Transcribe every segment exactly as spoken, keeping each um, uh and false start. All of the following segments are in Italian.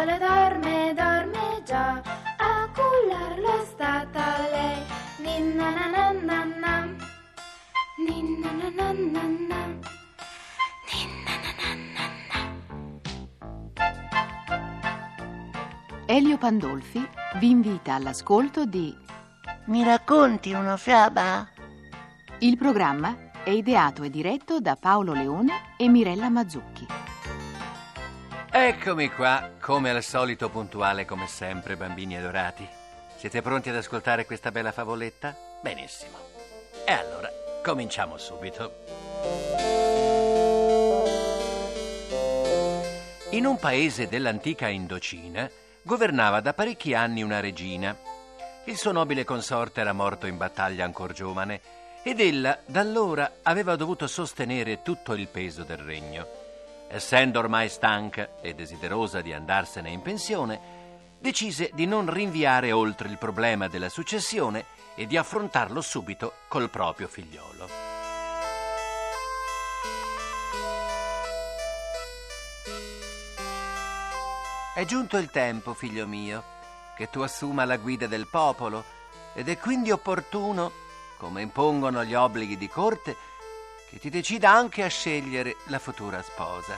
sole dorme, dorme già, a cullarlo è stata lei. Ninna na na na na, ninna na na na na, ninna na na na na. Elio Pandolfi vi invita all'ascolto di Mi racconti una fiaba? Il programma è ideato e diretto da Paolo Leone e Mirella Mazzucchi. Eccomi qua, come al solito puntuale come sempre, bambini adorati. Siete pronti ad ascoltare questa bella favoletta? Benissimo. E allora, cominciamo subito. In un paese dell'antica Indocina governava da parecchi anni una regina. Il suo nobile consorte era morto in battaglia ancor giovane ed ella da allora aveva dovuto sostenere tutto il peso del regno. Essendo ormai stanca e desiderosa di andarsene in pensione, decise di non rinviare oltre il problema della successione e di affrontarlo subito col proprio figliolo. È giunto il tempo, figlio mio, che tu assuma la guida del popolo ed è quindi opportuno, come impongono gli obblighi di corte, che ti decida anche a scegliere la futura sposa.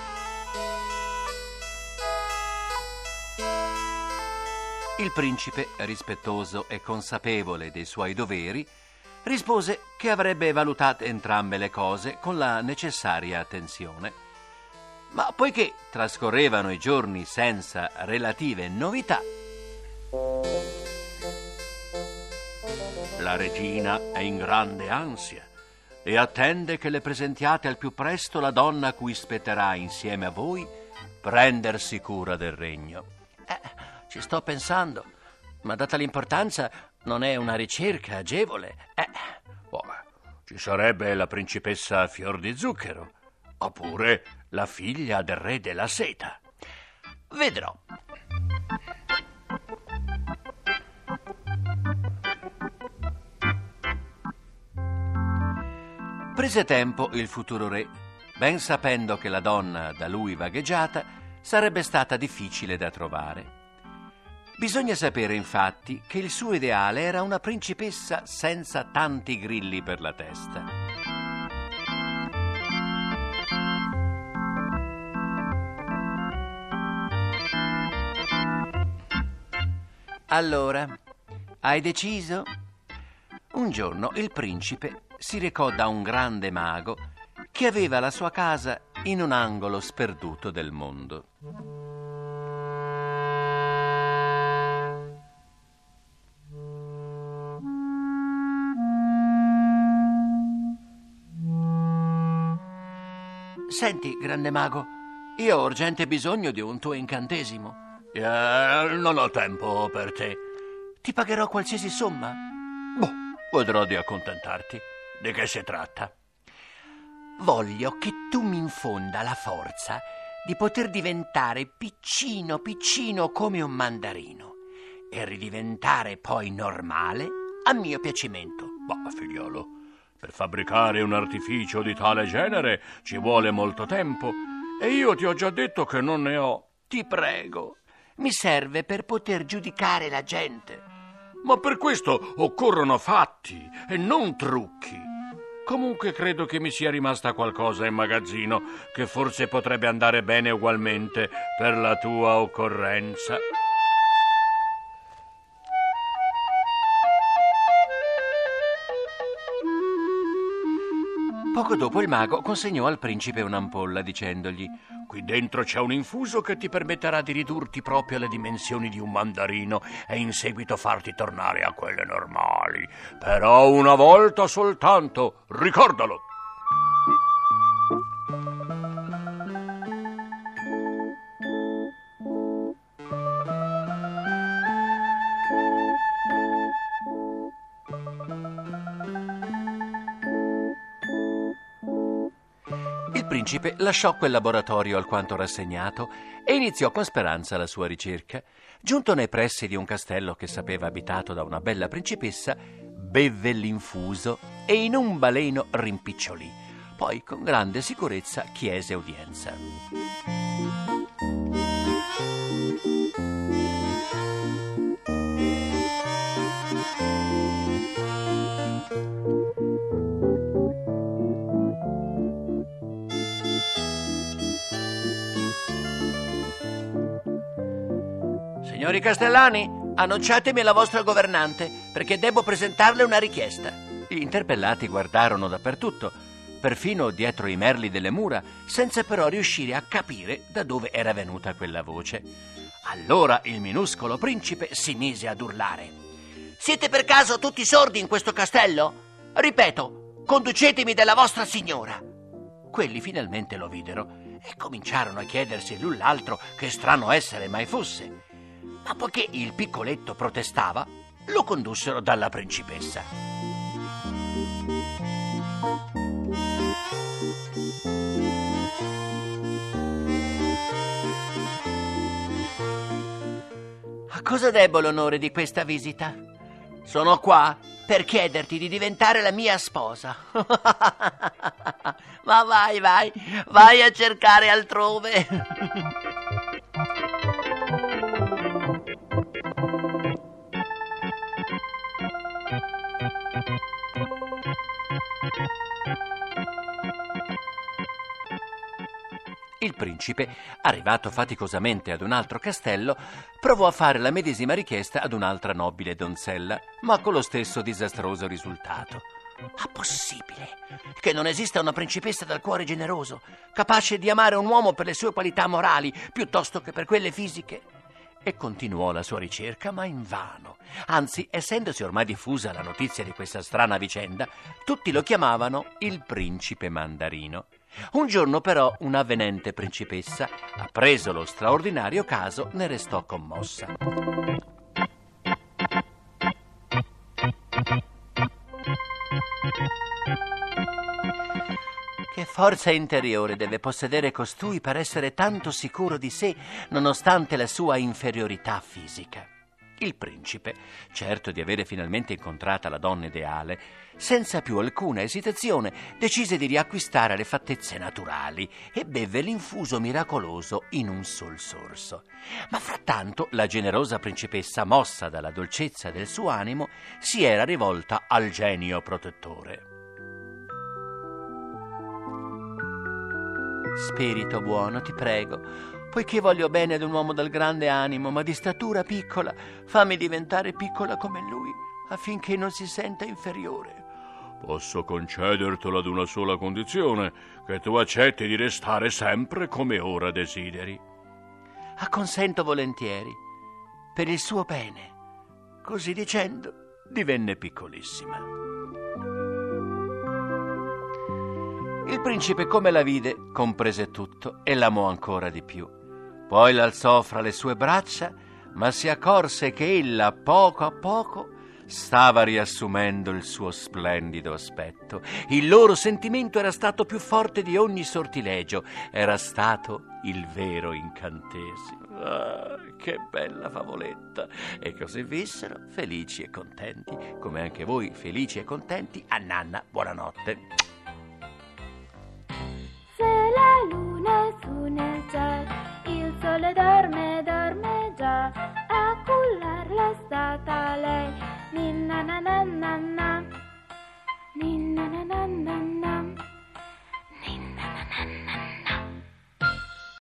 Il principe, rispettoso e consapevole dei suoi doveri, rispose che avrebbe valutate entrambe le cose con la necessaria attenzione. Ma poiché trascorrevano i giorni senza relative novità, la regina è in grande ansia e attende che le presentiate al più presto la donna a cui spetterà insieme a voi prendersi cura del regno. Eh, ci sto pensando, ma data l'importanza non è una ricerca agevole. Eh, oh, ci sarebbe la principessa Fior di Zucchero, oppure la figlia del re della seta. Vedrò. Prese tempo il futuro re, ben sapendo che la donna da lui vagheggiata sarebbe stata difficile da trovare. Bisogna sapere infatti che il suo ideale era una principessa senza tanti grilli per la testa. Allora, hai deciso? Un giorno il principe si recò da un grande mago che aveva la sua casa in un angolo sperduto del mondo. Senti, grande mago, io ho urgente bisogno di un tuo incantesimo. Eh, non ho tempo per te. Ti pagherò qualsiasi somma? Boh, vedrò di accontentarti. Di che si tratta? Voglio che tu mi infonda la forza di poter diventare piccino piccino come un mandarino e ridiventare poi normale a mio piacimento. Ma figliolo, per fabbricare un artificio di tale genere ci vuole molto tempo e io ti ho già detto che non ne ho. Ti prego, mi serve per poter giudicare la gente. Ma per questo occorrono fatti e non trucchi. Comunque credo che mi sia rimasta qualcosa in magazzino che forse potrebbe andare bene ugualmente per la tua occorrenza. Poco dopo il mago consegnò al principe un'ampolla dicendogli: qui dentro c'è un infuso che ti permetterà di ridurti proprio alle dimensioni di un mandarino e in seguito farti tornare a quelle normali. Però una volta soltanto, ricordalo! Il principe lasciò quel laboratorio alquanto rassegnato e iniziò con speranza la sua ricerca. Giunto nei pressi di un castello che sapeva abitato da una bella principessa, bevve l'infuso e in un baleno rimpicciolì. Poi con grande sicurezza chiese udienza. Signori Castellani, annunciatemi la vostra governante, perché devo presentarle una richiesta. Gli interpellati guardarono dappertutto, perfino dietro i merli delle mura, senza però riuscire a capire da dove era venuta quella voce. Allora il minuscolo principe si mise ad urlare. Siete per caso tutti sordi in questo castello? Ripeto, conducetemi dalla vostra signora. Quelli finalmente lo videro e cominciarono a chiedersi l'un l'altro che strano essere mai fosse. Ma poiché il piccoletto protestava, lo condussero dalla principessa. A cosa debbo l'onore di questa visita? Sono qua per chiederti di diventare la mia sposa. Ma vai, vai, vai a cercare altrove. Il principe, arrivato faticosamente ad un altro castello, provò a fare la medesima richiesta ad un'altra nobile donzella, ma con lo stesso disastroso risultato. Ma possibile che non esista una principessa dal cuore generoso, capace di amare un uomo per le sue qualità morali piuttosto che per quelle fisiche? E continuò la sua ricerca, ma invano. Anzi, essendosi ormai diffusa la notizia di questa strana vicenda, tutti lo chiamavano il principe mandarino. Un giorno però un'avvenente principessa, appreso lo straordinario caso, ne restò commossa. Che forza interiore deve possedere costui per essere tanto sicuro di sé nonostante la sua inferiorità fisica? Il principe, certo di avere finalmente incontrata la donna ideale, senza più alcuna esitazione decise di riacquistare le fattezze naturali e beve l'infuso miracoloso in un sol sorso. Ma frattanto la generosa principessa, mossa dalla dolcezza del suo animo, si era rivolta al genio protettore. Spirito buono, ti prego, poiché voglio bene ad un uomo dal grande animo, ma di statura piccola, fammi diventare piccola come lui, affinché non si senta inferiore. Posso concedertelo ad una sola condizione, che tu accetti di restare sempre come ora desideri. Acconsento volentieri, per il suo bene. Così dicendo, divenne piccolissima. Il principe, come la vide, comprese tutto e l'amò ancora di più. Poi l'alzò fra le sue braccia, ma si accorse che ella, poco a poco, stava riassumendo il suo splendido aspetto. Il loro sentimento era stato più forte di ogni sortilegio, era stato il vero incantesimo. Ah, che bella favoletta! E così vissero, felici e contenti, come anche voi felici e contenti. A Nanna, buonanotte. Se la luna è su nel cielo, il sole dorme, dorme già, a cullarla è stata lei. Ninna na na na na, ninna na na na na, ninna na na na.